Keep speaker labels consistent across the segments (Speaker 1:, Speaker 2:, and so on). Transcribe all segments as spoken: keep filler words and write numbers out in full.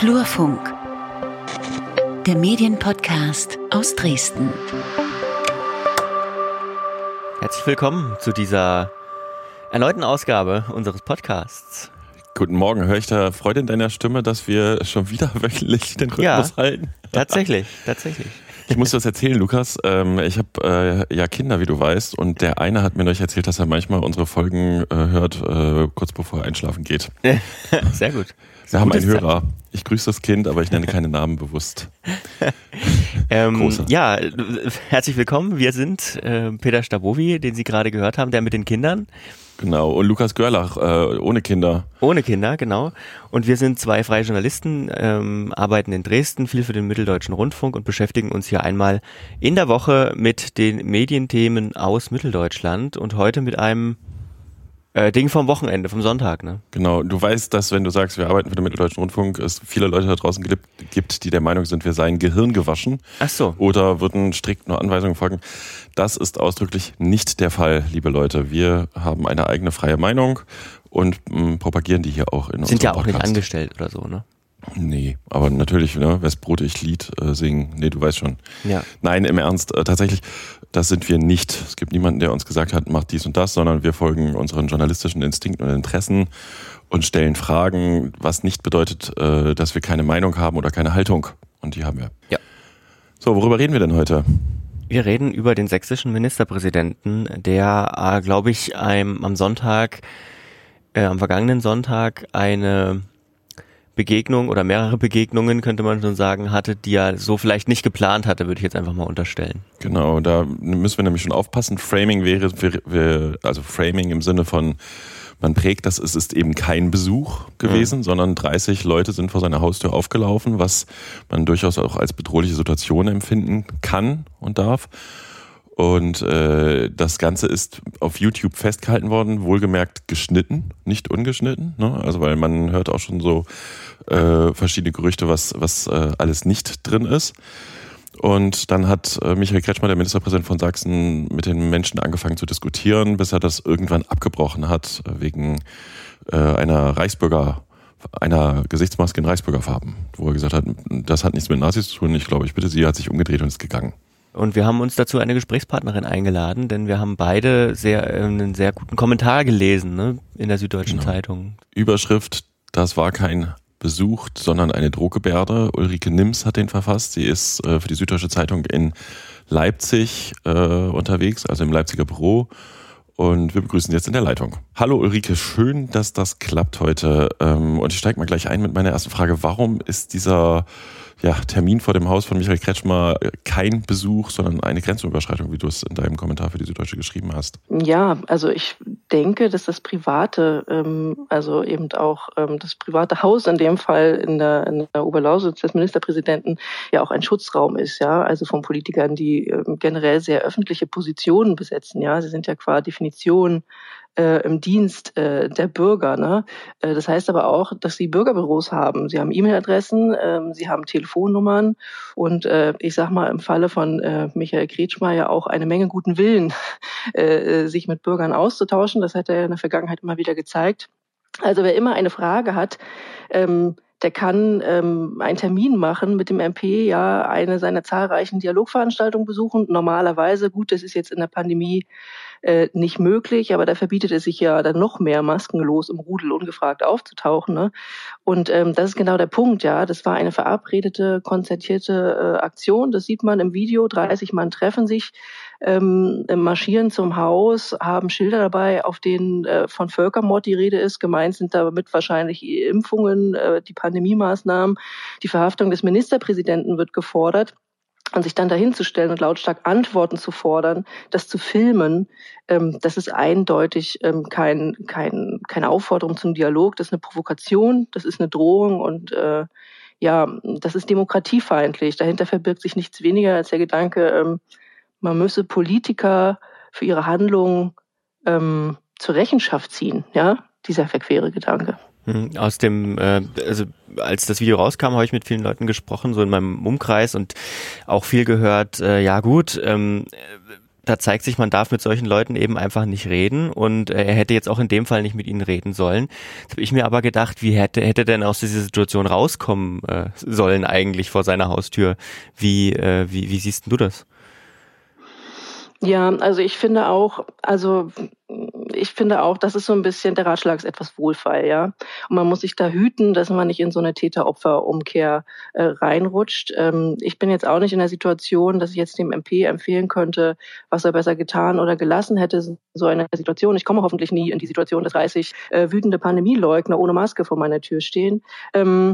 Speaker 1: Flurfunk, der Medienpodcast aus Dresden.
Speaker 2: Herzlich willkommen zu dieser erneuten Ausgabe unseres Podcasts.
Speaker 3: Guten Morgen, höre ich da Freude in deiner Stimme, dass wir schon wieder wöchentlich den Rhythmus
Speaker 2: ja,
Speaker 3: halten?
Speaker 2: Tatsächlich, tatsächlich.
Speaker 3: Ich muss dir was erzählen, Lukas. Ähm, ich habe äh, ja Kinder, wie du weißt, und der eine hat mir neulich erzählt, dass er manchmal unsere Folgen äh, hört, äh, kurz bevor er einschlafen geht.
Speaker 2: Sehr gut.
Speaker 3: Wir haben einen Hörer. Ich grüße das Kind, aber ich nenne keine Namen bewusst.
Speaker 2: ähm, ja, herzlich willkommen. Wir sind äh, Peter Stabowi, den Sie gerade gehört haben, der mit den Kindern.
Speaker 3: Genau, und Lukas Görlach, äh, ohne Kinder.
Speaker 2: Ohne Kinder, genau. Und wir sind zwei freie Journalisten, ähm, arbeiten in Dresden, viel für den Mitteldeutschen Rundfunk und beschäftigen uns hier einmal in der Woche mit den Medienthemen aus Mitteldeutschland und heute mit einem äh, Ding vom Wochenende, vom Sonntag, ne?
Speaker 3: Genau, du weißt, dass wenn du sagst, wir arbeiten für den Mitteldeutschen Rundfunk, es viele Leute da draußen gibt, die der Meinung sind, wir seien Gehirn gewaschen.
Speaker 2: Ach so.
Speaker 3: Oder würden strikt nur Anweisungen folgen. Das ist ausdrücklich nicht der Fall, liebe Leute. Wir haben eine eigene freie Meinung und mh, propagieren die hier auch in unserem Podcast.
Speaker 2: Sind ja auch nicht angestellt oder so, ne?
Speaker 3: Nee, aber natürlich, ne, Westbrot, ich Lied äh, singen. Nee, du weißt schon.
Speaker 2: Ja.
Speaker 3: Nein, im Ernst, äh, tatsächlich, das sind wir nicht. Es gibt niemanden, der uns gesagt hat, macht dies und das, sondern wir folgen unseren journalistischen Instinkten und Interessen und stellen Fragen, was nicht bedeutet, äh, dass wir keine Meinung haben oder keine Haltung. Und die haben wir.
Speaker 2: Ja.
Speaker 3: So, worüber reden wir denn heute?
Speaker 2: Wir reden über den sächsischen Ministerpräsidenten, der, äh, glaube ich, einem, am Sonntag, äh, am vergangenen Sonntag eine Begegnung oder mehrere Begegnungen, könnte man schon sagen, hatte, die er so vielleicht nicht geplant hatte, würde ich jetzt einfach mal unterstellen.
Speaker 3: Genau, da müssen wir nämlich schon aufpassen. Framing wäre, wäre also Framing im Sinne von, man prägt das, es ist eben kein Besuch gewesen, mhm. sondern dreißig Leute sind vor seiner Haustür aufgelaufen, was man durchaus auch als bedrohliche Situation empfinden kann und darf. Und äh, das Ganze ist auf YouTube festgehalten worden, wohlgemerkt geschnitten, nicht ungeschnitten, ne? Also weil man hört auch schon so äh, verschiedene Gerüchte, was was äh, alles nicht drin ist. Und dann hat äh, Michael Kretschmer, der Ministerpräsident von Sachsen, mit den Menschen angefangen zu diskutieren, bis er das irgendwann abgebrochen hat wegen äh, einer Reichsbürger einer Gesichtsmaske in Reichsbürgerfarben, wo er gesagt hat, das hat nichts mit Nazis zu tun. Ich glaube, ich bitte Sie, hat sich umgedreht und ist gegangen.
Speaker 2: Und wir haben uns dazu eine Gesprächspartnerin eingeladen, denn wir haben beide sehr äh, einen sehr guten Kommentar gelesen, ne, in der Süddeutschen
Speaker 3: genau.
Speaker 2: Zeitung.
Speaker 3: Überschrift, das war kein Besuch, sondern eine Drohgebärde. Ulrike Nims hat den verfasst. Sie ist äh, für die Süddeutsche Zeitung in Leipzig äh, unterwegs, also im Leipziger Büro. Und wir begrüßen Sie jetzt in der Leitung. Hallo Ulrike, schön, dass das klappt heute. Ähm, und ich steige mal gleich ein mit meiner ersten Frage. Warum ist dieser ja, Termin vor dem Haus von Michael Kretschmer kein Besuch, sondern eine Grenzüberschreitung, wie du es in deinem Kommentar für die Süddeutsche geschrieben hast?
Speaker 4: Ja, also ich denke, dass das private, ähm, also eben auch ähm, das private Haus in dem Fall in der, in der Oberlausitz des Ministerpräsidenten ja auch ein Schutzraum ist, ja, also von Politikern, die ähm, generell sehr öffentliche Positionen besetzen, ja, sie sind ja qua Definition Äh, im Dienst äh, der Bürger. Ne? Äh, das heißt aber auch, dass sie Bürgerbüros haben. Sie haben E-Mail-Adressen, ähm, sie haben Telefonnummern und äh, ich sag mal im Falle von äh, Michael Kretschmer ja auch eine Menge guten Willen, äh, sich mit Bürgern auszutauschen. Das hat er in der Vergangenheit immer wieder gezeigt. Also wer immer eine Frage hat, ähm, der kann ähm, einen Termin machen mit dem M P, ja, eine seiner zahlreichen Dialogveranstaltungen besuchen. Normalerweise, gut, das ist jetzt in der Pandemie äh, nicht möglich, aber da verbietet es sich ja dann noch mehr maskenlos im Rudel ungefragt aufzutauchen. Ne? Und ähm, das ist genau der Punkt, ja. Das war eine verabredete, konzertierte äh, Aktion. Das sieht man im Video. dreißig Mann treffen sich, ähm, marschieren zum Haus, haben Schilder dabei, auf denen äh, von Völkermord die Rede ist. Gemeint sind damit wahrscheinlich Impfungen, äh, die Pandemie-Maßnahmen, die Verhaftung des Ministerpräsidenten wird gefordert. Und sich dann dahinzustellen und lautstark Antworten zu fordern, das zu filmen, ähm, das ist eindeutig ähm, kein, kein, keine Aufforderung zum Dialog, das ist eine Provokation, das ist eine Drohung und äh, ja, das ist demokratiefeindlich. Dahinter verbirgt sich nichts weniger als der Gedanke, ähm, man müsse Politiker für ihre Handlungen ähm, zur Rechenschaft ziehen, ja, dieser verquere Gedanke.
Speaker 2: Aus dem, äh, also als das Video rauskam, habe ich mit vielen Leuten gesprochen, so in meinem Umkreis und auch viel gehört, äh, ja gut, ähm, da zeigt sich, man darf mit solchen Leuten eben einfach nicht reden und er hätte jetzt auch in dem Fall nicht mit ihnen reden sollen. Jetzt habe ich mir aber gedacht, wie hätte hätte denn aus dieser Situation rauskommen äh, sollen eigentlich vor seiner Haustür? Wie äh, wie wie siehst du das?
Speaker 4: Ja, also ich finde auch, also ich finde auch, das ist so ein bisschen, der Ratschlag ist etwas wohlfeil, ja. Und man muss sich da hüten, dass man nicht in so eine Täter-Opfer-Umkehr äh, reinrutscht. Ähm, ich bin jetzt auch nicht in der Situation, dass ich jetzt dem M P empfehlen könnte, was er besser getan oder gelassen hätte. So eine Situation. Ich komme hoffentlich nie in die Situation, dass dreißig äh, wütende Pandemieleugner ohne Maske vor meiner Tür stehen. Ähm,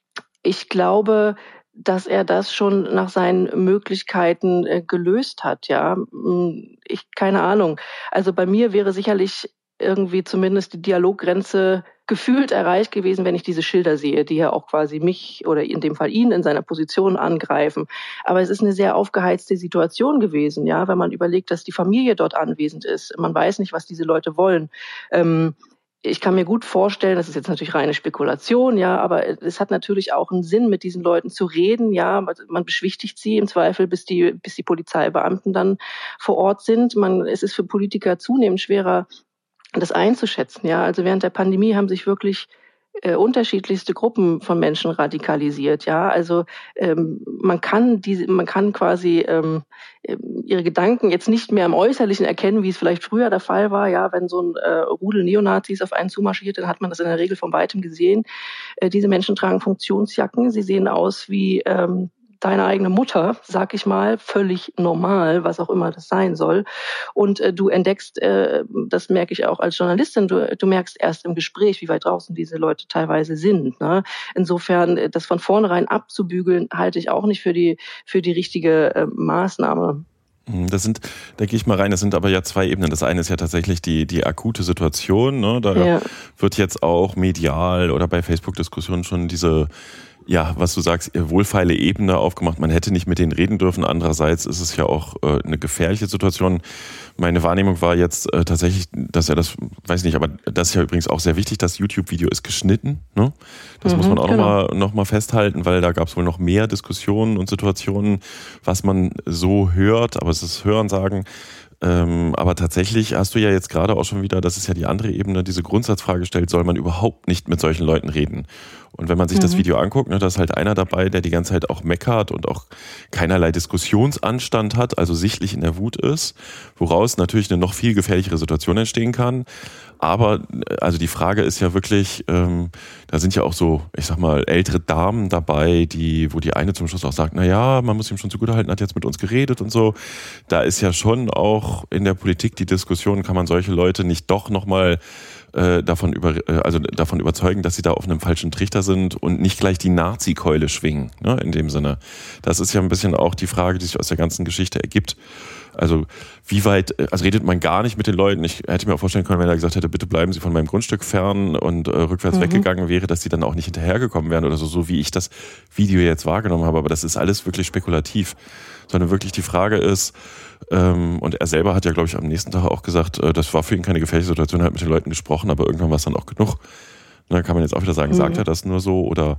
Speaker 4: ich glaube, dass er das schon nach seinen Möglichkeiten äh, gelöst hat, ja. Ich, keine Ahnung. Also bei mir wäre sicherlich irgendwie zumindest die Dialoggrenze gefühlt erreicht gewesen, wenn ich diese Schilder sehe, die ja auch quasi mich oder in dem Fall ihn in seiner Position angreifen. Aber es ist eine sehr aufgeheizte Situation gewesen, ja, wenn man überlegt, dass die Familie dort anwesend ist. Man weiß nicht, was diese Leute wollen. Ähm, Ich kann mir gut vorstellen, das ist jetzt natürlich reine Spekulation, ja, aber es hat natürlich auch einen Sinn, mit diesen Leuten zu reden, ja. Man beschwichtigt sie im Zweifel, bis die, bis die Polizeibeamten dann vor Ort sind. Man, es ist für Politiker zunehmend schwerer, das einzuschätzen, ja. Also während der Pandemie haben sich wirklich äh, unterschiedlichste Gruppen von Menschen radikalisiert, ja. Also ähm, man kann diese, man kann quasi ähm, ihre Gedanken jetzt nicht mehr im Äußerlichen erkennen, wie es vielleicht früher der Fall war, ja. Wenn so ein äh, Rudel Neonazis auf einen zumarschiert, dann hat man das in der Regel von weitem gesehen. Äh, diese Menschen tragen Funktionsjacken, sie sehen aus wie ähm, deine eigene Mutter, sag ich mal, völlig normal, was auch immer das sein soll. Und äh, du entdeckst, äh, das merke ich auch als Journalistin, du, du merkst erst im Gespräch, wie weit draußen diese Leute teilweise sind. Ne? Insofern, das von vornherein abzubügeln, halte ich auch nicht für die, für die richtige äh, Maßnahme.
Speaker 3: Das sind, da gehe ich mal rein, das sind aber ja zwei Ebenen. Das eine ist ja tatsächlich die, die akute Situation, ne? Da ja. wird jetzt auch medial oder bei Facebook-Diskussionen schon diese, ja, was du sagst, wohlfeile Ebene aufgemacht. Man hätte nicht mit denen reden dürfen. Andererseits ist es ja auch äh, eine gefährliche Situation. Meine Wahrnehmung war jetzt äh, tatsächlich, dass er das, weiß nicht, aber das ist ja übrigens auch sehr wichtig, das YouTube-Video ist geschnitten. Ne? Das mhm, muss man auch genau. nochmal noch mal festhalten, weil da gab es wohl noch mehr Diskussionen und Situationen, was man so hört, aber es ist Hörensagen. Ähm, aber tatsächlich hast du ja jetzt gerade auch schon wieder, das ist ja die andere Ebene, diese Grundsatzfrage stellt, soll man überhaupt nicht mit solchen Leuten reden? Und wenn man sich mhm. das Video anguckt, ne, da ist halt einer dabei, der die ganze Zeit auch meckert und auch keinerlei Diskussionsanstand hat, also sichtlich in der Wut ist, woraus natürlich eine noch viel gefährlichere Situation entstehen kann. Aber also die Frage ist ja wirklich, ähm, da sind ja auch so, ich sag mal, ältere Damen dabei, die, wo die eine zum Schluss auch sagt, na ja, man muss ihm schon zugutehalten, hat jetzt mit uns geredet und so. Da ist ja schon auch in der Politik die Diskussion, kann man solche Leute nicht doch nochmal äh, davon über, äh, also davon überzeugen, dass sie da auf einem falschen Trichter sind und nicht gleich die Nazi-Keule schwingen, ne, in dem Sinne. Das ist ja ein bisschen auch die Frage, die sich aus der ganzen Geschichte ergibt. Also wie weit, also redet man gar nicht mit den Leuten? Ich hätte mir auch vorstellen können, wenn er gesagt hätte, bitte bleiben Sie von meinem Grundstück fern und äh, rückwärts mhm. weggegangen wäre, dass die dann auch nicht hinterhergekommen wären oder so, so wie ich das Video jetzt wahrgenommen habe. Aber das ist alles wirklich spekulativ. Sondern wirklich die Frage ist, ähm, und er selber hat ja, glaube ich, am nächsten Tag auch gesagt, äh, das war für ihn keine gefährliche Situation, er hat mit den Leuten gesprochen, aber irgendwann war es dann auch genug. Und dann kann man jetzt auch wieder sagen, mhm. sagt er das nur so oder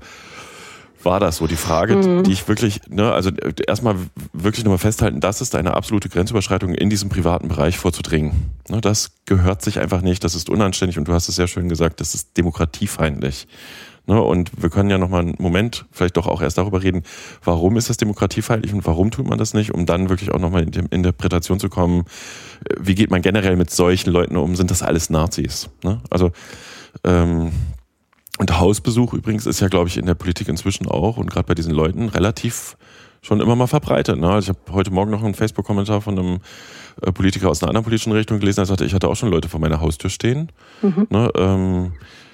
Speaker 3: war das so? Die Frage, mhm. die ich wirklich, ne, also erstmal wirklich nochmal festhalten, das ist eine absolute Grenzüberschreitung, in diesem privaten Bereich vorzudringen. Ne, das gehört sich einfach nicht, das ist unanständig und du hast es sehr schön gesagt, das ist demokratiefeindlich. Ne, und wir können ja nochmal einen Moment vielleicht doch auch erst darüber reden, warum ist das demokratiefeindlich und warum tut man das nicht, um dann wirklich auch nochmal in die Interpretation zu kommen, wie geht man generell mit solchen Leuten um, sind das alles Nazis? Ne? Also, ähm, und Hausbesuch übrigens ist ja, glaube ich, in der Politik inzwischen auch und gerade bei diesen Leuten relativ schon immer mal verbreitet. Ne? Also ich habe heute Morgen noch einen Facebook-Kommentar von einem äh, Politiker aus einer anderen politischen Richtung gelesen, der sagte, ich hatte auch schon Leute vor meiner Haustür stehen. Mhm. Ne? Ähm,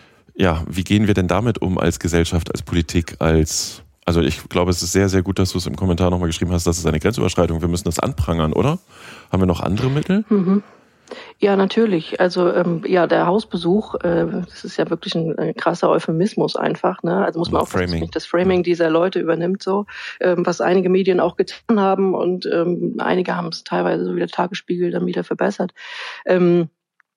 Speaker 3: ja, wie gehen wir denn damit um als Gesellschaft, als Politik, als... Also ich glaube, es ist sehr, sehr gut, dass du es im Kommentar nochmal geschrieben hast, das ist eine Grenzüberschreitung. Wir müssen das anprangern, oder? Haben wir noch andere Mittel?
Speaker 4: Mhm. Ja, natürlich. Also ähm, ja, der Hausbesuch, äh, das ist ja wirklich ein, ein krasser Euphemismus einfach. Ne? Also muss man auch Framing. das Framing dieser Leute übernimmt so, ähm, was einige Medien auch getan haben und ähm, einige haben es teilweise so wie der Tagesspiegel dann wieder verbessert. Ähm,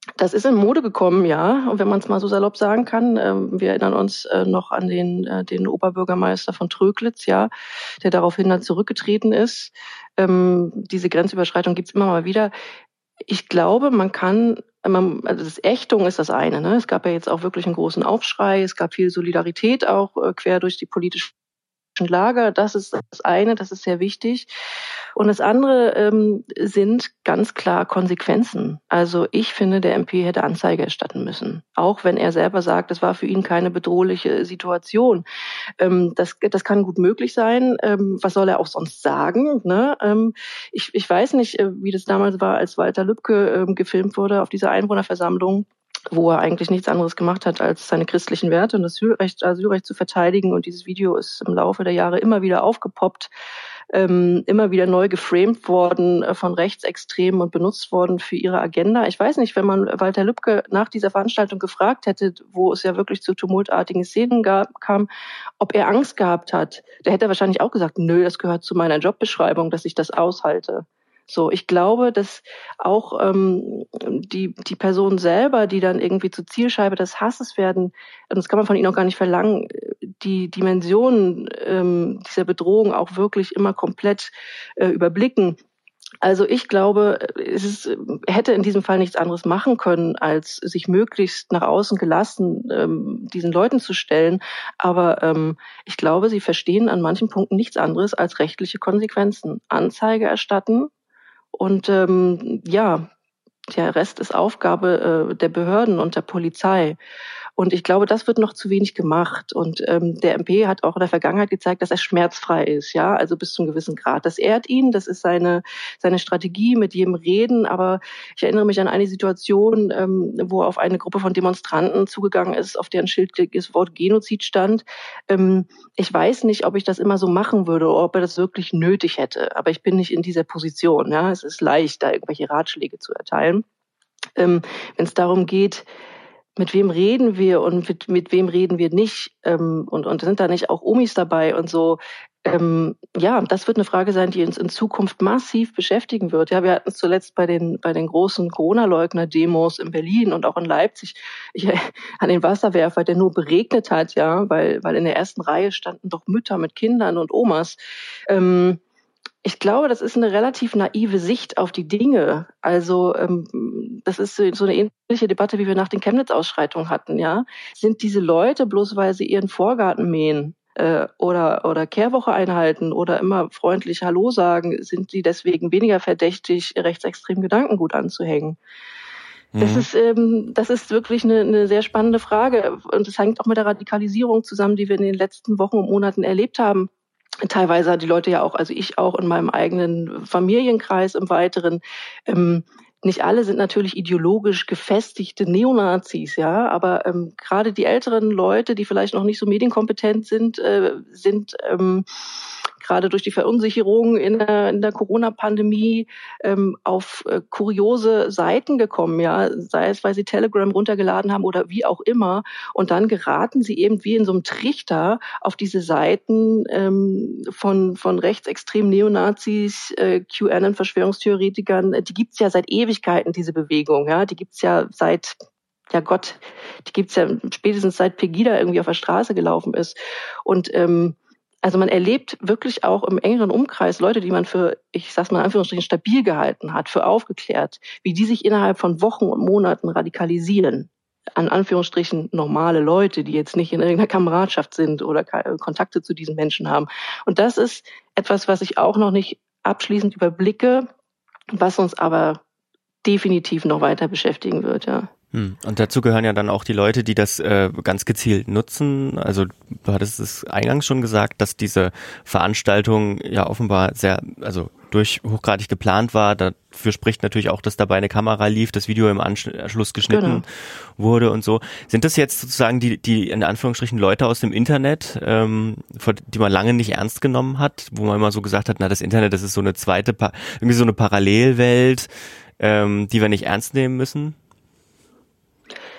Speaker 4: Das ist in Mode gekommen, ja, und wenn man es mal so salopp sagen kann. Ähm, wir erinnern uns äh, noch an den, äh, den Oberbürgermeister von Tröglitz, ja, der daraufhin dann zurückgetreten ist. Ähm, diese Grenzüberschreitung gibt's immer mal wieder. Ich glaube, man kann, man, also das Ächtung ist das eine, ne? Es gab ja jetzt auch wirklich einen großen Aufschrei, es gab viel Solidarität auch äh, quer durch die politische Lager, das ist das eine, das ist sehr wichtig. Und das andere ähm, sind ganz klar Konsequenzen. Also ich finde, der M P hätte Anzeige erstatten müssen. Auch wenn er selber sagt, es war für ihn keine bedrohliche Situation. Ähm, das, das kann gut möglich sein. Ähm, was soll er auch sonst sagen? Ne? Ähm, ich, ich weiß nicht, wie das damals war, als Walter Lübcke ähm, gefilmt wurde auf dieser Einwohnerversammlung, wo er eigentlich nichts anderes gemacht hat, als seine christlichen Werte und das Asylrecht, Asylrecht zu verteidigen. Und dieses Video ist im Laufe der Jahre immer wieder aufgepoppt, ähm, immer wieder neu geframed worden äh, von Rechtsextremen und benutzt worden für ihre Agenda. Ich weiß nicht, wenn man Walter Lübcke nach dieser Veranstaltung gefragt hätte, wo es ja wirklich zu tumultartigen Szenen gab, kam, ob er Angst gehabt hat, der hätte wahrscheinlich auch gesagt, nö, das gehört zu meiner Jobbeschreibung, dass ich das aushalte. So, ich glaube, dass auch ähm, die die Personen selber, die dann irgendwie zur Zielscheibe des Hasses werden, und das kann man von ihnen auch gar nicht verlangen, die Dimensionen ähm, dieser Bedrohung auch wirklich immer komplett äh, überblicken. Also ich glaube, es ist, er hätte in diesem Fall nichts anderes machen können, als sich möglichst nach außen gelassen ähm, diesen Leuten zu stellen. Aber ähm, ich glaube, sie verstehen an manchen Punkten nichts anderes als rechtliche Konsequenzen. Anzeige erstatten. Und ähm, ja, der Rest ist Aufgabe äh, der Behörden und der Polizei. Und ich glaube, das wird noch zu wenig gemacht. Und ähm, der M P hat auch in der Vergangenheit gezeigt, dass er schmerzfrei ist, ja, also bis zu einem gewissen Grad. Das ehrt ihn, das ist seine seine Strategie, mit jedem reden. Aber ich erinnere mich an eine Situation, ähm, wo er auf eine Gruppe von Demonstranten zugegangen ist, auf deren Schild das Wort Genozid stand. Ähm, ich weiß nicht, ob ich das immer so machen würde oder ob er das wirklich nötig hätte. Aber ich bin nicht in dieser Position. Ja, es ist leicht, da irgendwelche Ratschläge zu erteilen. Ähm, wenn es darum geht, mit wem reden wir und mit, mit wem reden wir nicht, ähm, und, und sind da nicht auch Omis dabei und so. Ähm, ja, das wird eine Frage sein, die uns in Zukunft massiv beschäftigen wird. Ja, wir hatten es zuletzt bei den, bei den großen Corona-Leugner-Demos in Berlin und auch in Leipzig ich, an den Wasserwerfer, der nur beregnet hat, ja, weil, weil in der ersten Reihe standen doch Mütter mit Kindern und Omas. Ähm, Ich glaube, das ist eine relativ naive Sicht auf die Dinge. Also ähm, das ist so eine ähnliche Debatte, wie wir nach den Chemnitz-Ausschreitungen hatten. Ja, sind diese Leute, bloß weil sie ihren Vorgarten mähen äh, oder oder Kehrwoche einhalten oder immer freundlich Hallo sagen, sind sie deswegen weniger verdächtig, rechtsextremen Gedankengut anzuhängen? Mhm. Das ist ähm, das ist wirklich eine, eine sehr spannende Frage und es hängt auch mit der Radikalisierung zusammen, die wir in den letzten Wochen und Monaten erlebt haben. Teilweise hat die Leute ja auch, also ich auch in meinem eigenen Familienkreis im Weiteren, ähm, nicht alle sind natürlich ideologisch gefestigte Neonazis, ja, aber ähm, gerade die älteren Leute, die vielleicht noch nicht so medienkompetent sind, äh, sind ähm, gerade durch die Verunsicherung in der, in der Corona-Pandemie ähm, auf äh, kuriose Seiten gekommen, ja, sei es, weil sie Telegram runtergeladen haben oder wie auch immer. Und dann geraten sie eben wie in so einem Trichter auf diese Seiten ähm, von, von rechtsextremen Neonazis, äh, QAnon-Verschwörungstheoretikern. Die gibt's ja seit Ewigkeiten, diese Bewegung, ja, die gibt's ja seit ja Gott, die gibt's ja spätestens seit Pegida irgendwie auf der Straße gelaufen ist. Und ähm, also man erlebt wirklich auch im engeren Umkreis Leute, die man für, ich sag's mal in Anführungsstrichen, stabil gehalten hat, für aufgeklärt, wie die sich innerhalb von Wochen und Monaten radikalisieren. An Anführungsstrichen normale Leute, die jetzt nicht in irgendeiner Kameradschaft sind oder Kontakte zu diesen Menschen haben. Und das ist etwas, was ich auch noch nicht abschließend überblicke, was uns aber definitiv noch weiter beschäftigen wird, ja.
Speaker 2: Und dazu gehören ja dann auch die Leute, die das äh, ganz gezielt nutzen. Also du hattest es eingangs schon gesagt, dass diese Veranstaltung ja offenbar sehr, also durch hochgradig geplant war. Dafür spricht natürlich auch, dass dabei eine Kamera lief, das Video im Anschluss geschnitten genau. wurde und so. Sind das jetzt sozusagen die, die in Anführungsstrichen Leute aus dem Internet, ähm, die man lange nicht ernst genommen hat, wo man immer so gesagt hat, na das Internet, das ist so eine zweite, irgendwie so eine Parallelwelt, ähm, die wir nicht ernst nehmen müssen?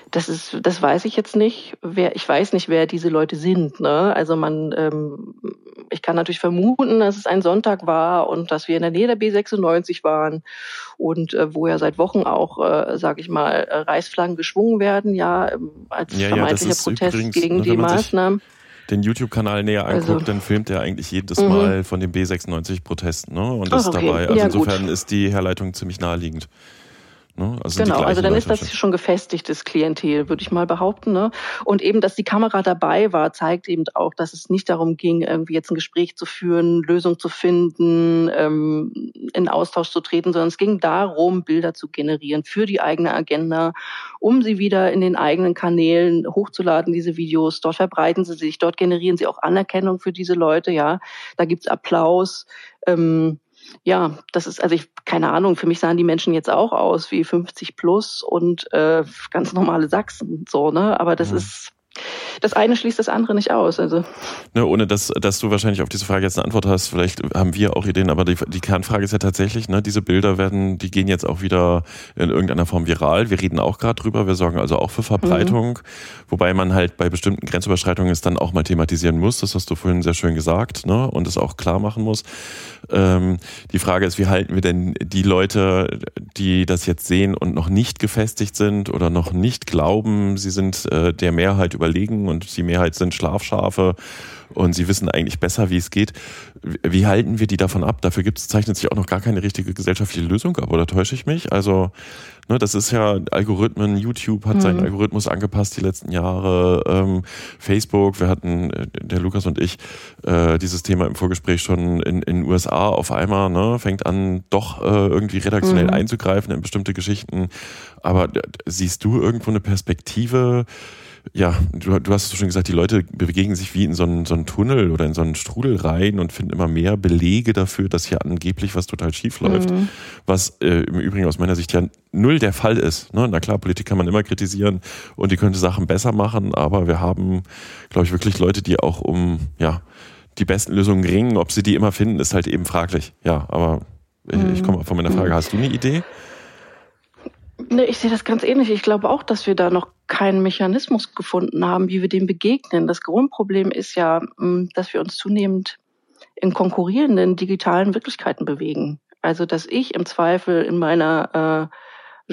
Speaker 4: Das ist, das weiß ich jetzt nicht. Wer, ich weiß nicht, wer diese Leute sind. Ne? Also man, ähm, ich kann natürlich vermuten, dass es ein Sonntag war und dass wir in der Nähe der B sechsundneunzig waren und äh, wo ja seit Wochen auch, äh, sage ich mal, äh, Reichsflaggen geschwungen werden, ja, ähm, als
Speaker 3: ja,
Speaker 4: vermeintlicher
Speaker 3: ja,
Speaker 4: Protest
Speaker 3: übrigens,
Speaker 4: gegen die Maßnahmen.
Speaker 3: Den YouTube-Kanal näher anguckt, also, dann filmt er eigentlich jedes mhm. Mal von den B sechsundneunzig-Protesten, ne? Und das ist okay. dabei. Also ja, insofern gut. ist die Herleitung ziemlich naheliegend. Ne? Also
Speaker 4: genau, also dann ist das schon gefestigtes Klientel, würde ich mal behaupten. Ne? Und eben, dass die Kamera dabei war, zeigt eben auch, dass es nicht darum ging, irgendwie jetzt ein Gespräch zu führen, Lösungen zu finden, ähm, in Austausch zu treten, sondern es ging darum, Bilder zu generieren für die eigene Agenda, um sie wieder in den eigenen Kanälen hochzuladen, diese Videos. Dort verbreiten sie sich, dort generieren sie auch Anerkennung für diese Leute. Ja, da gibt's Applaus. Ähm, Ja, das ist, also ich, keine Ahnung, für mich sahen die Menschen jetzt auch aus wie fünfzig plus und äh, ganz normale Sachsen, so, ne? Aber das mhm. ist, das eine schließt das andere nicht aus. Also.
Speaker 3: Ne, ohne dass, dass du wahrscheinlich auf diese Frage jetzt eine Antwort hast, vielleicht haben wir auch Ideen, aber die, die Kernfrage ist ja tatsächlich, ne, diese Bilder werden, die gehen jetzt auch wieder in irgendeiner Form viral. Wir reden auch gerade drüber, wir sorgen also auch für Verbreitung, mhm. wobei man halt bei bestimmten Grenzüberschreitungen es dann auch mal thematisieren muss, das hast du vorhin sehr schön gesagt, ne, und es auch klar machen muss. Ähm, die Frage ist, wie halten wir denn die Leute, die das jetzt sehen und noch nicht gefestigt sind oder noch nicht glauben, sie sind äh, der Mehrheit überlegen und die Mehrheit sind Schlafschafe und sie wissen eigentlich besser, wie es geht. Wie halten wir die davon ab? Dafür gibt's, zeichnet sich auch noch gar keine richtige gesellschaftliche Lösung ab, oder täusche ich mich? Also, ne, das ist ja Algorithmen, YouTube hat mhm. seinen Algorithmus angepasst die letzten Jahre, ähm, Facebook, wir hatten, der Lukas und ich, äh, dieses Thema im Vorgespräch schon in in U S A auf einmal, ne, fängt an, doch äh, irgendwie redaktionell mhm. einzugreifen in bestimmte Geschichten. Aber siehst du irgendwo eine Perspektive? Ja, du, du hast es schon gesagt, die Leute bewegen sich wie in so einen, so einen Tunnel oder in so einen Strudel rein und finden immer mehr Belege dafür, dass hier angeblich was total schief läuft. Mhm. Was äh, im Übrigen aus meiner Sicht ja null der Fall ist. Ne? Na klar, Politik kann man immer kritisieren und die könnte Sachen besser machen, aber wir haben, glaube ich, wirklich Leute, die auch um ja die besten Lösungen ringen. Ob sie die immer finden, ist halt eben fraglich. Ja, aber mhm. ich komme von meiner Frage. Hast du eine Idee?
Speaker 4: Ne, ich sehe das ganz ähnlich. Ich glaube auch, dass wir da noch keinen Mechanismus gefunden haben, wie wir dem begegnen. Das Grundproblem ist ja, dass wir uns zunehmend in konkurrierenden digitalen Wirklichkeiten bewegen. Also, dass ich im Zweifel in meiner äh,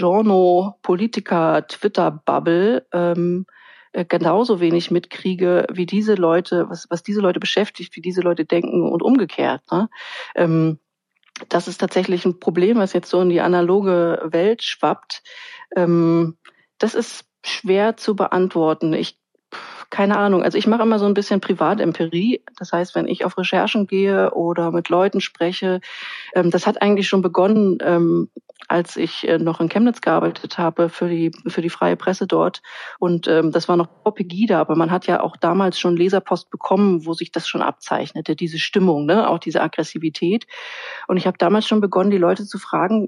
Speaker 4: Journo-Politiker-Twitter-Bubble ähm, äh, genauso wenig mitkriege, wie diese Leute, was, was diese Leute beschäftigt, wie diese Leute denken und umgekehrt. Ne? Ähm, Das ist tatsächlich ein Problem, was jetzt so in die analoge Welt schwappt. Ähm, das ist schwer zu beantworten. Ich, keine Ahnung. Also ich mache immer so ein bisschen Privatempirie. Das heißt, wenn ich auf Recherchen gehe oder mit Leuten spreche, ähm, das hat eigentlich schon begonnen, ähm, als ich äh, noch in Chemnitz gearbeitet habe für die für die freie Presse dort. Und ähm, das war noch vor Pegida, aber man hat ja auch damals schon Leserpost bekommen, wo sich das schon abzeichnete, diese Stimmung, ne, auch diese Aggressivität. Und ich habe damals schon begonnen, die Leute zu fragen,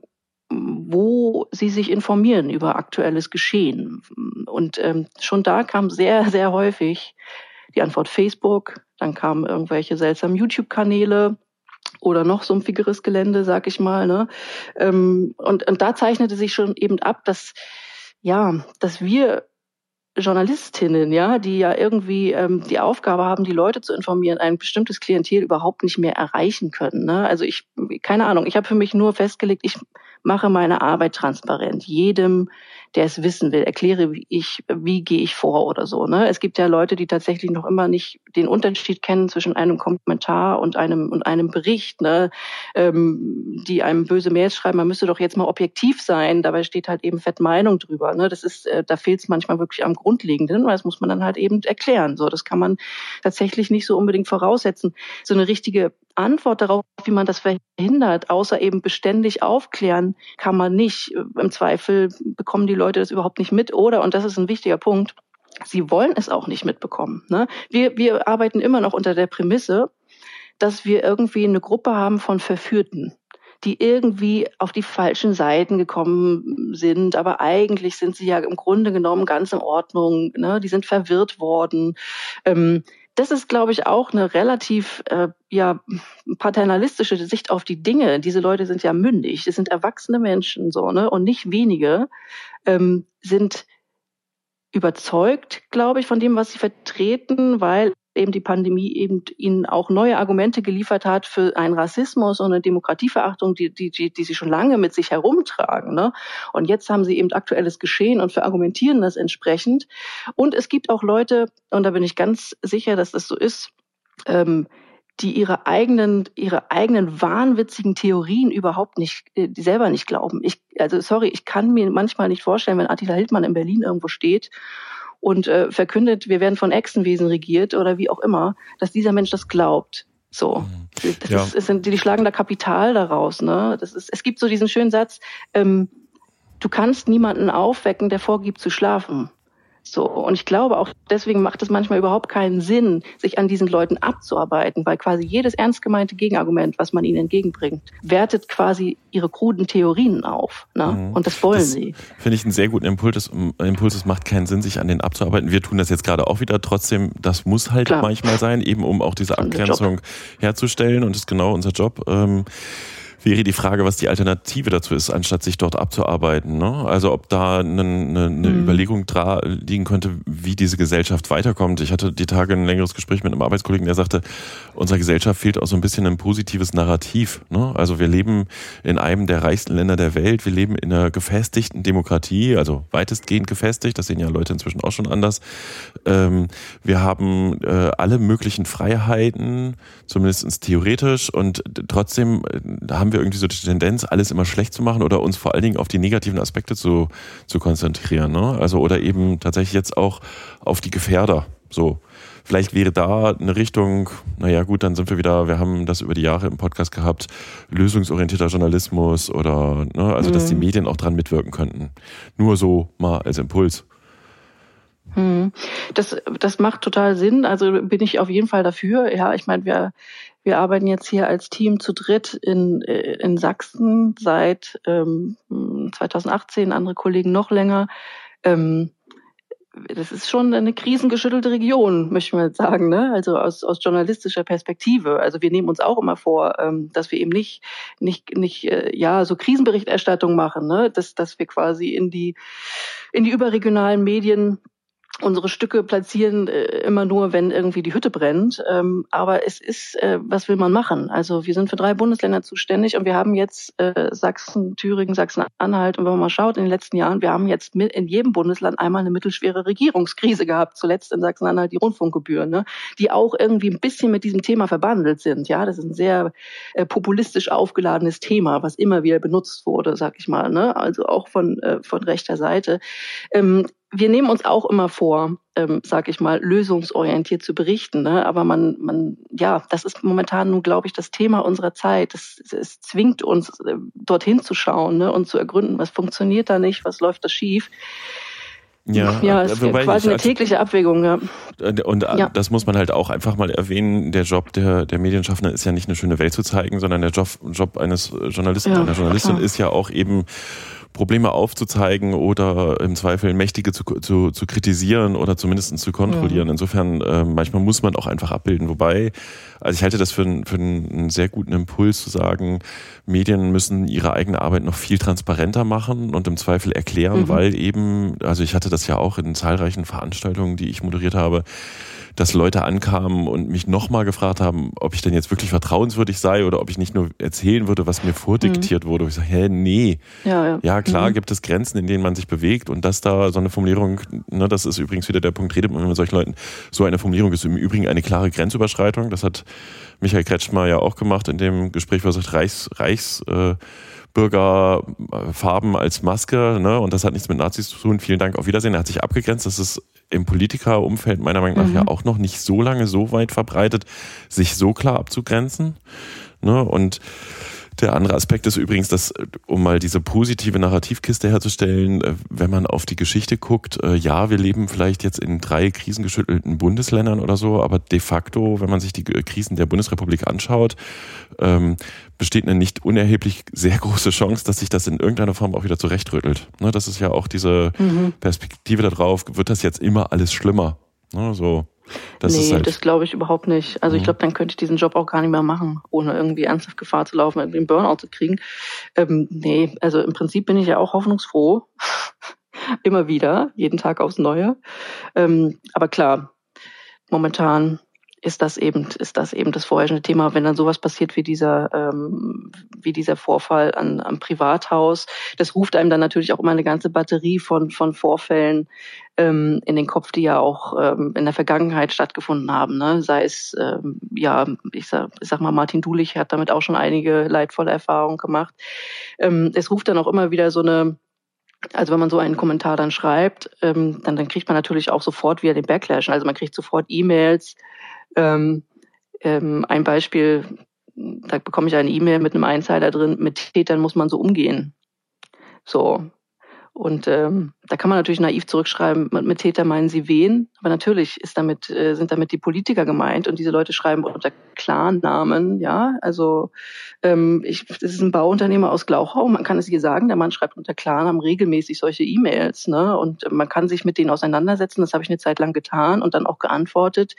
Speaker 4: wo sie sich informieren über aktuelles Geschehen. Und ähm, schon da kam sehr, sehr häufig die Antwort Facebook, dann kamen irgendwelche seltsamen YouTube-Kanäle oder noch sumpfigeres Gelände, sag ich mal. Ne? Ähm, und, und da zeichnete sich schon eben ab, dass, ja, dass wir Journalistinnen, ja, die ja irgendwie ähm, die Aufgabe haben, die Leute zu informieren, ein bestimmtes Klientel überhaupt nicht mehr erreichen können. Ne? Also ich, keine Ahnung, ich habe für mich nur festgelegt, ich mache meine Arbeit transparent. Jedem, der es wissen will, erkläre wie ich, wie gehe ich vor oder so. Ne? Es gibt ja Leute, die tatsächlich noch immer nicht den Unterschied kennen zwischen einem Kommentar und einem und einem Bericht, ne? ähm, die einem böse Mails schreiben, man müsste doch jetzt mal objektiv sein. Dabei steht halt eben fett Meinung drüber. Ne? Das ist, äh, da fehlt es manchmal wirklich am Grundlegenden, weil das muss man dann halt eben erklären. So, das kann man tatsächlich nicht so unbedingt voraussetzen. So eine richtige Antwort darauf, wie man das verhindert, außer eben beständig aufklären, kann man nicht. Im Zweifel bekommen die Leute das überhaupt nicht mit oder, und das ist ein wichtiger Punkt, sie wollen es auch nicht mitbekommen. Ne? Wir, wir arbeiten immer noch unter der Prämisse, dass wir irgendwie eine Gruppe haben von Verführten, die irgendwie auf die falschen Seiten gekommen sind, aber eigentlich sind sie ja im Grunde genommen ganz in Ordnung. Ne? Die sind verwirrt worden. Ähm, Das ist, glaube ich, auch eine relativ äh, ja paternalistische Sicht auf die Dinge. Diese Leute sind ja mündig, das sind erwachsene Menschen, so, ne, und nicht wenige ähm, sind überzeugt, glaube ich, von dem, was sie vertreten, weil eben die Pandemie eben ihnen auch neue Argumente geliefert hat für einen Rassismus und eine Demokratieverachtung, die, die, die, die sie schon lange mit sich herumtragen, ne? Und jetzt haben sie eben aktuelles Geschehen und verargumentieren das entsprechend. Und es gibt auch Leute, und da bin ich ganz sicher, dass das so ist, ähm, die ihre eigenen, ihre eigenen wahnwitzigen Theorien überhaupt nicht, die selber nicht glauben. Ich, also sorry, ich kann mir manchmal nicht vorstellen, wenn Attila Hildmann in Berlin irgendwo steht und äh, verkündet, wir werden von Echsenwesen regiert oder wie auch immer, dass dieser Mensch das glaubt. So, das
Speaker 3: ja.
Speaker 4: ist, es sind, die schlagen da Kapital daraus. Ne, das ist, es gibt so diesen schönen Satz: ähm, Du kannst niemanden aufwecken, der vorgibt zu schlafen. So, und ich glaube auch, deswegen macht es manchmal überhaupt keinen Sinn, sich an diesen Leuten abzuarbeiten, weil quasi jedes ernst gemeinte Gegenargument, was man ihnen entgegenbringt, wertet quasi ihre kruden Theorien auf. Ne? Mhm. Und das wollen das sie.
Speaker 3: Finde ich einen sehr guten Impuls. Impuls. Es macht keinen Sinn, sich an denen abzuarbeiten. Wir tun das jetzt gerade auch wieder. Trotzdem, das muss halt Klar. manchmal sein, eben um auch diese Abgrenzung herzustellen. Und das ist genau unser Job. Ähm, wäre die Frage, was die Alternative dazu ist, anstatt sich dort abzuarbeiten. Ne? Also ob da eine, eine, eine mhm. Überlegung dra- liegen könnte, wie diese Gesellschaft weiterkommt. Ich hatte die Tage ein längeres Gespräch mit einem Arbeitskollegen, der sagte, unserer Gesellschaft fehlt auch so ein bisschen ein positives Narrativ. Ne? Also wir leben in einem der reichsten Länder der Welt, wir leben in einer gefestigten Demokratie, also weitestgehend gefestigt, das sehen ja Leute inzwischen auch schon anders. Ähm, wir haben äh, alle möglichen Freiheiten, zumindest theoretisch, und trotzdem haben wir irgendwie so die Tendenz, alles immer schlecht zu machen oder uns vor allen Dingen auf die negativen Aspekte zu, zu konzentrieren. Ne? Also oder eben tatsächlich jetzt auch auf die Gefährder. So, vielleicht wäre da eine Richtung, naja gut, dann sind wir wieder, wir haben das über die Jahre im Podcast gehabt, lösungsorientierter Journalismus oder, ne, also mhm. dass die Medien auch dran mitwirken könnten. Nur so mal als Impuls.
Speaker 4: Das, das macht total Sinn. Also bin ich auf jeden Fall dafür. Ja, ich meine, wir, wir arbeiten jetzt hier als Team zu dritt in, in Sachsen seit ähm, zweitausendachtzehn, andere Kollegen noch länger. Ähm, das ist schon eine krisengeschüttelte Region, möchte man jetzt sagen, ne? Also aus, aus journalistischer Perspektive. Also wir nehmen uns auch immer vor, ähm, dass wir eben nicht, nicht, nicht, äh, ja, so Krisenberichterstattung machen, ne? Dass, dass wir quasi in die, in die überregionalen Medien unsere Stücke platzieren äh, immer nur, wenn irgendwie die Hütte brennt. Ähm, aber es ist, äh, was will man machen? Also wir sind für drei Bundesländer zuständig und wir haben jetzt äh, Sachsen, Thüringen, Sachsen-Anhalt. Und wenn man mal schaut in den letzten Jahren, wir haben jetzt mit in jedem Bundesland einmal eine mittelschwere Regierungskrise gehabt. Zuletzt in Sachsen-Anhalt die Rundfunkgebühren, ne? Die auch irgendwie ein bisschen mit diesem Thema verbandelt sind. Ja, das ist ein sehr äh, populistisch aufgeladenes Thema, was immer wieder benutzt wurde, sag ich mal, ne? Also auch von äh, von rechter Seite. Ähm, Wir nehmen uns auch immer vor, ähm, sag ich mal, lösungsorientiert zu berichten, ne? Aber man, man, ja, das ist momentan nun, glaube ich, das Thema unserer Zeit. Es, es zwingt uns, äh, dorthin zu schauen, ne? Und zu ergründen, was funktioniert da nicht, was läuft da schief.
Speaker 3: Ja,
Speaker 4: ja, es ist quasi eine tägliche Abwägung. Ja.
Speaker 3: Und
Speaker 4: ja.
Speaker 3: das muss man halt auch einfach mal erwähnen. Der Job der, der Medienschaffenden ist ja nicht eine schöne Welt zu zeigen, sondern der Job, Job eines Journalisten, ja, einer Journalistin klar. ist ja auch eben Probleme aufzuzeigen oder im Zweifel Mächtige zu, zu, zu kritisieren oder zumindest zu kontrollieren. Mhm. Insofern, äh, manchmal muss man auch einfach abbilden. Wobei, also ich halte das für, ein, für einen sehr guten Impuls zu sagen, Medien müssen ihre eigene Arbeit noch viel transparenter machen und im Zweifel erklären, mhm. weil eben, also ich hatte das ja auch in zahlreichen Veranstaltungen, die ich moderiert habe, dass Leute ankamen und mich nochmal gefragt haben, ob ich denn jetzt wirklich vertrauenswürdig sei oder ob ich nicht nur erzählen würde, was mir vordiktiert mhm. wurde. Und ich sage, hä, nee.
Speaker 4: Ja, ja.
Speaker 3: ja klar
Speaker 4: mhm.
Speaker 3: gibt es Grenzen, in denen man sich bewegt und dass da so eine Formulierung, ne, das ist übrigens wieder der Punkt, redet man mit solchen Leuten, so eine Formulierung ist im Übrigen eine klare Grenzüberschreitung. Das hat Michael Kretschmer ja auch gemacht in dem Gespräch, wo er sagt, Reichs, Reichs äh, Bürgerfarben als Maske, ne? Und das hat nichts mit Nazis zu tun. Vielen Dank, auf Wiedersehen. Er hat sich abgegrenzt. Das ist im Politikerumfeld meiner Meinung nach mhm. ja auch noch nicht so lange so weit verbreitet, sich so klar abzugrenzen. Ne? Und der andere Aspekt ist übrigens, dass, um mal diese positive Narrativkiste herzustellen, wenn man auf die Geschichte guckt, ja, wir leben vielleicht jetzt in drei krisengeschüttelten Bundesländern oder so, aber de facto, wenn man sich die Krisen der Bundesrepublik anschaut, besteht eine nicht unerheblich sehr große Chance, dass sich das in irgendeiner Form auch wieder zurechtrüttelt. Das ist ja auch diese mhm. Perspektive darauf, wird das jetzt immer alles schlimmer? So. Das
Speaker 4: nee,
Speaker 3: ist halt
Speaker 4: das glaube ich überhaupt nicht. Also
Speaker 3: mhm.
Speaker 4: ich glaube, dann könnte ich diesen Job auch gar nicht mehr machen, ohne irgendwie ernsthaft Gefahr zu laufen, irgendwie einen Burnout zu kriegen. Ähm, nee, also im Prinzip bin ich ja auch hoffnungsfroh. immer wieder, jeden Tag aufs Neue. Ähm, aber klar, momentan ist das eben, ist das eben das vorherrschende Thema. Wenn dann sowas passiert wie dieser, ähm, wie dieser Vorfall an, am Privathaus, das ruft einem dann natürlich auch immer eine ganze Batterie von, von Vorfällen ähm, in den Kopf, die ja auch ähm, in der Vergangenheit stattgefunden haben, ne? Sei es, ähm, ja, ich sag, ich sag mal, Martin Dulich hat damit auch schon einige leidvolle Erfahrungen gemacht. Ähm, es ruft dann auch immer wieder so eine, also wenn man so einen Kommentar dann schreibt, ähm, dann, dann kriegt man natürlich auch sofort wieder den Backlash. Also man kriegt sofort E-Mails. Ähm, ähm, ein Beispiel, da bekomme ich eine E-Mail mit einem Einzeiler drin, mit Tätern muss man so umgehen. So. Und ähm, da kann man natürlich naiv zurückschreiben, mit Täter meinen sie wen? Aber natürlich ist damit, äh, sind damit die Politiker gemeint und diese Leute schreiben unter Klarnamen, ja. Also ähm, ich, das ist ein Bauunternehmer aus Glauchau, man kann es hier sagen, der Mann schreibt unter Klarnamen regelmäßig solche E-Mails, ne? Und man kann sich mit denen auseinandersetzen, das habe ich eine Zeit lang getan und dann auch geantwortet.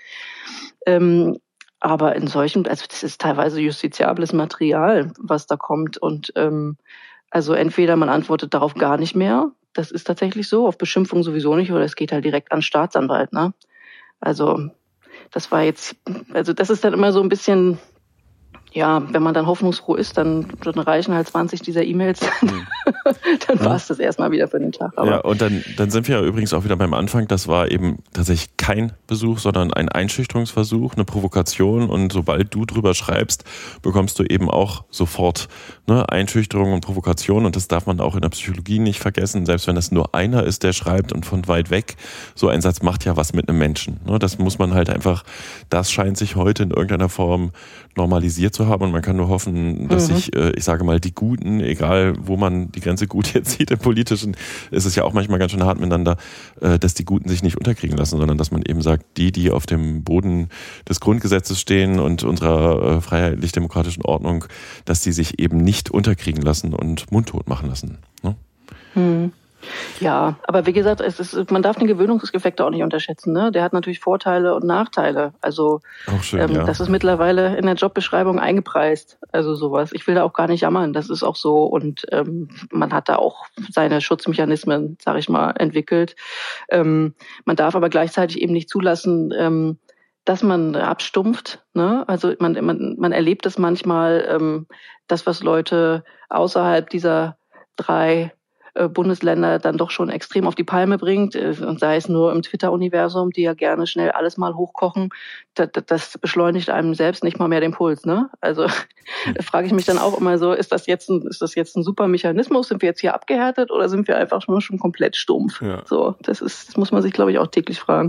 Speaker 4: Ähm, aber in solchen, also das ist teilweise justiziables Material, was da kommt und ähm, also entweder man antwortet darauf gar nicht mehr, das ist tatsächlich so, auf Beschimpfung sowieso nicht, oder es geht halt direkt an Staatsanwalt, ne? Also das war jetzt, also das ist dann immer so ein bisschen, ja, wenn man dann hoffnungsfroh ist, dann, dann reichen halt zwanzig dieser E-Mails, mhm. dann war es das erstmal wieder für den Tag. Aber
Speaker 3: ja, und dann, dann sind wir ja übrigens auch wieder beim Anfang, das war eben tatsächlich kein Besuch, sondern ein Einschüchterungsversuch, eine Provokation, und sobald du drüber schreibst, bekommst du eben auch sofort, ne, Einschüchterung und Provokation, und das darf man auch in der Psychologie nicht vergessen, selbst wenn es nur einer ist, der schreibt und von weit weg, so ein Satz macht ja was mit einem Menschen, ne? Das muss man halt einfach, das scheint sich heute in irgendeiner Form normalisiert zu haben, und man kann nur hoffen, dass
Speaker 4: mhm.
Speaker 3: sich, äh, ich sage mal, die Guten, egal wo man die Grenze gut jetzt sieht im Politischen, ist es ja auch manchmal ganz schön hart miteinander, äh, dass die Guten sich nicht unterkriegen lassen, sondern dass man eben sagt, die, die auf dem Boden des Grundgesetzes stehen und unserer äh, freiheitlich-demokratischen Ordnung, dass die sich eben nicht unterkriegen lassen und mundtot machen lassen. Ne?
Speaker 4: Mhm. Ja, aber wie gesagt, es ist, man darf den Gewöhnungseffekt auch nicht unterschätzen, ne? Der hat natürlich Vorteile und Nachteile. Also
Speaker 3: auch schön,
Speaker 4: ähm,
Speaker 3: ja.
Speaker 4: Das ist mittlerweile in der Jobbeschreibung eingepreist. Also sowas. Ich will da auch gar nicht jammern. Das ist auch so. Und ähm, man hat da auch seine Schutzmechanismen, sag ich mal, entwickelt. Ähm, man darf aber gleichzeitig eben nicht zulassen, ähm, dass man abstumpft. Ne? Also man, man, man erlebt es manchmal, ähm, das, was Leute außerhalb dieser drei Bundesländer dann doch schon extrem auf die Palme bringt, und sei es nur im Twitter-Universum, die ja gerne schnell alles mal hochkochen, das, das beschleunigt einem selbst nicht mal mehr den Puls, ne? Also da frage ich mich dann auch immer so, ist das jetzt ein, ist das jetzt ein super Mechanismus? Sind wir jetzt hier abgehärtet oder sind wir einfach schon, schon komplett stumpf? Ja. So, das ist, das muss man sich, glaube ich, auch täglich fragen.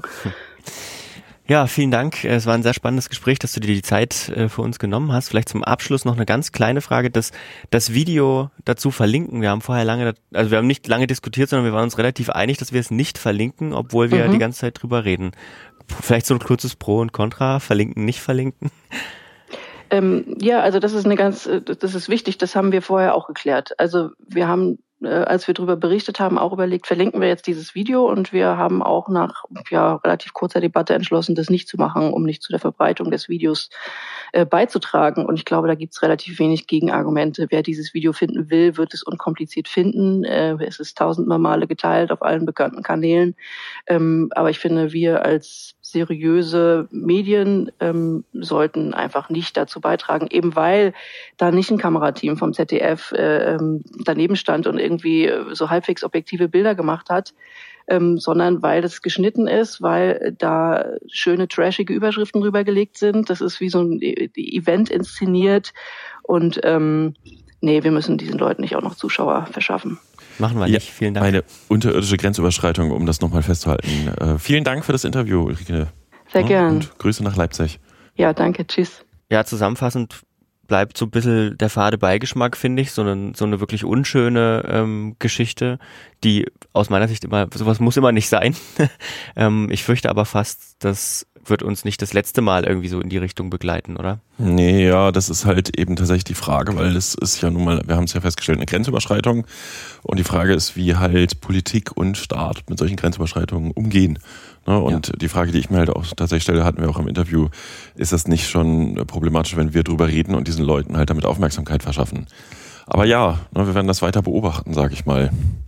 Speaker 2: Ja, vielen Dank. Es war ein sehr spannendes Gespräch, dass du dir die Zeit äh, für uns genommen hast. Vielleicht zum Abschluss noch eine ganz kleine Frage. Das, das Video dazu verlinken. Wir haben vorher lange, also wir haben nicht lange diskutiert, sondern wir waren uns relativ einig, dass wir es nicht verlinken, obwohl wir mhm. die ganze Zeit drüber reden. Vielleicht so ein kurzes Pro und Contra. Verlinken, nicht verlinken.
Speaker 4: Ähm, ja, also das ist eine ganz, das ist wichtig. Das haben wir vorher auch geklärt. Also wir haben, äh, als wir darüber berichtet haben, auch überlegt, verlinken wir jetzt dieses Video, und wir haben auch nach ja relativ kurzer Debatte entschlossen, das nicht zu machen, um nicht zu der Verbreitung des Videos äh, beizutragen. Und ich glaube, da gibt es relativ wenig Gegenargumente. Wer dieses Video finden will, wird es unkompliziert finden. Äh, es ist tausendmal Male geteilt auf allen bekannten Kanälen. Ähm, aber ich finde, wir als seriöse Medien ähm, sollten einfach nicht dazu beitragen, eben weil da nicht ein Kamerateam vom Z D F äh, ähm, daneben stand und irgendwie so halbwegs objektive Bilder gemacht hat, ähm, sondern weil das geschnitten ist, weil da schöne trashige Überschriften rübergelegt sind. Das ist wie so ein Event inszeniert, und ähm, nee, wir müssen diesen Leuten nicht auch noch Zuschauer verschaffen.
Speaker 2: Machen wir nicht. Ja, vielen Dank.
Speaker 3: Eine unterirdische Grenzüberschreitung, um das nochmal festzuhalten. Äh, vielen Dank für das Interview, Ulrike.
Speaker 4: Sehr ja, gern.
Speaker 3: Und Grüße nach Leipzig.
Speaker 4: Ja, danke. Tschüss.
Speaker 2: Ja, zusammenfassend bleibt so ein bisschen der fade Beigeschmack, finde ich. So eine, so eine wirklich unschöne ähm, Geschichte, die aus meiner Sicht immer, sowas muss immer nicht sein. ähm, ich fürchte aber fast, das wird uns nicht das letzte Mal irgendwie so in die Richtung begleiten, oder?
Speaker 3: Nee, ja, das ist halt eben tatsächlich die Frage, weil es ist ja nun mal, wir haben es ja festgestellt, eine Grenzüberschreitung, und die Frage ist, wie halt Politik und Staat mit solchen Grenzüberschreitungen umgehen. Ne? Und ja. die Frage, die ich mir halt auch tatsächlich stelle, hatten wir auch im Interview, ist das nicht schon problematisch, wenn wir drüber reden und diesen Leuten halt damit Aufmerksamkeit verschaffen? Aber ja, ne, wir werden das weiter beobachten, sage ich mal.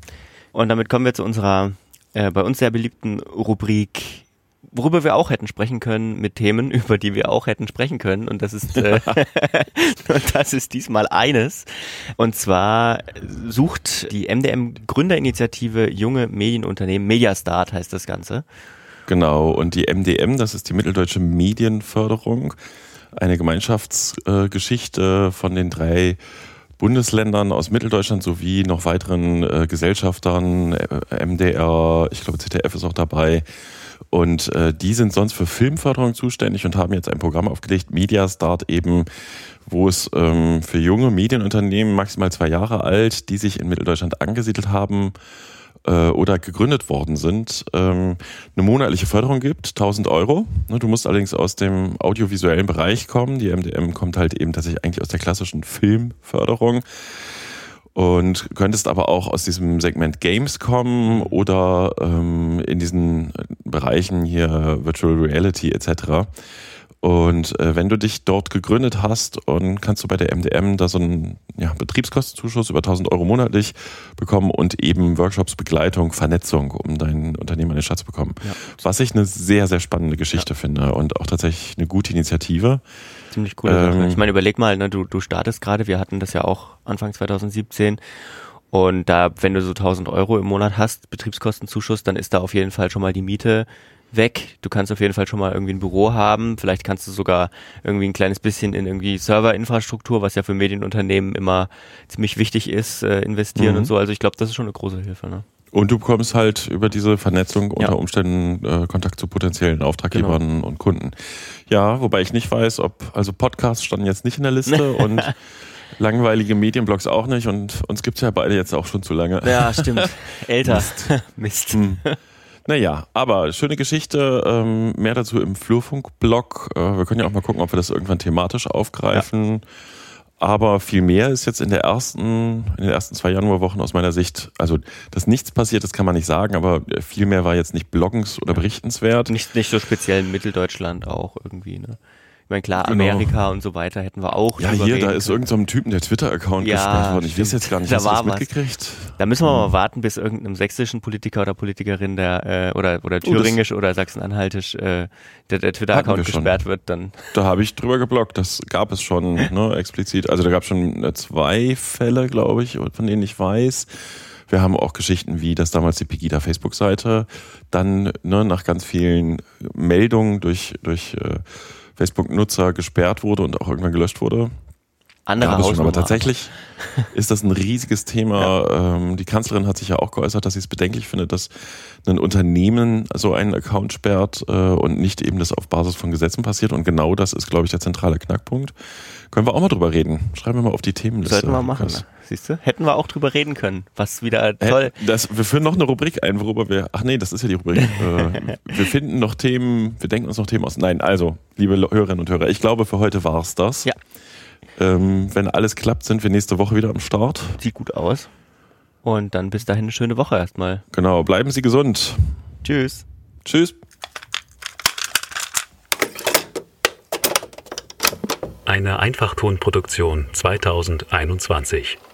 Speaker 2: Und damit kommen wir zu unserer äh, bei uns sehr beliebten Rubrik, worüber wir auch hätten sprechen können, mit Themen, über die wir auch hätten sprechen können. Und das ist äh, und das ist diesmal eines. Und zwar sucht die M D M-Gründerinitiative Junge Medienunternehmen, Mediastart heißt das Ganze.
Speaker 3: Genau, und die M D M, das ist die Mitteldeutsche Medienförderung, eine Gemeinschaftsgeschichte äh, von den drei Bundesländern aus Mitteldeutschland sowie noch weiteren äh, Gesellschaftern, äh, M D R, ich glaube Z D F ist auch dabei. Und äh, die sind sonst für Filmförderung zuständig und haben jetzt ein Programm aufgelegt, Mediastart eben, wo es ähm, für junge Medienunternehmen, maximal zwei Jahre alt, die sich in Mitteldeutschland angesiedelt haben äh, oder gegründet worden sind, ähm, eine monatliche Förderung gibt, tausend Euro. Du musst allerdings aus dem audiovisuellen Bereich kommen. Die M D M kommt halt eben tatsächlich eigentlich aus der klassischen Filmförderung. Und könntest aber auch aus diesem Segment Games kommen oder ähm, in diesen Bereichen hier Virtual Reality et cetera. Und äh, wenn du dich dort gegründet hast, und kannst du bei der M D M da so einen ja, Betriebskostenzuschuss über tausend Euro monatlich bekommen und eben Workshops, Begleitung, Vernetzung, um dein Unternehmen an den Start zu bekommen. Ja. Was ich eine sehr, sehr spannende Geschichte ja. finde und auch tatsächlich eine gute Initiative.
Speaker 2: Ziemlich coole ähm, Sache. Ich meine, überleg mal, ne, du, du startest gerade, wir hatten das ja auch Anfang zwanzig siebzehn und da, wenn du so tausend Euro im Monat hast, Betriebskostenzuschuss, dann ist da auf jeden Fall schon mal die Miete weg. Du kannst auf jeden Fall schon mal irgendwie ein Büro haben. Vielleicht kannst du sogar irgendwie ein kleines bisschen in irgendwie Serverinfrastruktur, was ja für Medienunternehmen immer ziemlich wichtig ist, äh, investieren mhm. und so. Also ich glaube, das ist schon eine große Hilfe, ne?
Speaker 3: Und du bekommst halt über diese Vernetzung unter ja. Umständen äh, Kontakt zu potenziellen Auftraggebern genau. und Kunden. Ja, wobei ich nicht weiß, ob, also Podcasts standen jetzt nicht in der Liste und langweilige Medienblogs auch nicht und uns gibt's ja beide jetzt auch schon zu lange.
Speaker 2: Ja, stimmt. Älter. Mist. Mist.
Speaker 3: Hm. Naja, aber schöne Geschichte, ähm, mehr dazu im Flurfunk-Blog. Äh, wir können ja auch mal gucken, ob wir das irgendwann thematisch aufgreifen. Ja. Aber viel mehr ist jetzt in der ersten, in den ersten zwei Januarwochen aus meiner Sicht, also dass nichts passiert ist, kann man nicht sagen, aber viel mehr war jetzt nicht bloggens- oder berichtenswert.
Speaker 2: Nicht, nicht so speziell in Mitteldeutschland auch irgendwie, ne? Ich meine, klar, Amerika genau. und so weiter hätten wir auch.
Speaker 3: Ja, hier, da ist irgendein so Typen, der Twitter-Account
Speaker 2: ja,
Speaker 3: gesperrt worden. Ich weiß jetzt gar nicht, hast du das mitgekriegt?
Speaker 2: Da müssen wir mal warten, bis irgendeinem sächsischen Politiker oder Politikerin, der äh, oder oder thüringisch oh, oder sachsen-anhaltisch äh, der, der Twitter-Account gesperrt wird, dann.
Speaker 3: Da habe ich drüber geblockt, das gab es schon, ne, explizit. Also da gab es schon äh, zwei Fälle, glaube ich, von denen ich weiß. Wir haben auch Geschichten wie, dass damals die Pegida-Facebook-Seite dann ne, nach ganz vielen Meldungen durch durch äh, Facebook-Nutzer gesperrt wurde und auch irgendwann gelöscht wurde.
Speaker 2: Andere Hausnummer.
Speaker 3: Aber tatsächlich ist das ein riesiges Thema. Ja. Ähm, die Kanzlerin hat sich ja auch geäußert, dass sie es bedenklich findet, dass ein Unternehmen so einen Account sperrt äh, und nicht eben das auf Basis von Gesetzen passiert. Und genau das ist, glaube ich, der zentrale Knackpunkt. Können wir auch mal drüber reden. Schreiben wir mal auf die Themenliste.
Speaker 2: Sollten wir machen. Ne? Siehst du? Hätten wir auch drüber reden können. Was wieder toll.
Speaker 3: Das, wir führen noch eine Rubrik ein, worüber wir... Ach nee, das ist ja die Rubrik. äh, wir finden noch Themen, wir denken uns noch Themen aus. Nein, also, liebe Hörerinnen und Hörer, ich glaube, für heute war's das.
Speaker 2: Ja.
Speaker 3: Ähm, wenn alles klappt, sind wir nächste Woche wieder am Start.
Speaker 2: Sieht gut aus. Und dann bis dahin eine schöne Woche erstmal.
Speaker 3: Genau, bleiben Sie gesund.
Speaker 2: Tschüss.
Speaker 3: Tschüss.
Speaker 5: Eine Einfachtonproduktion zweitausendeinundzwanzig.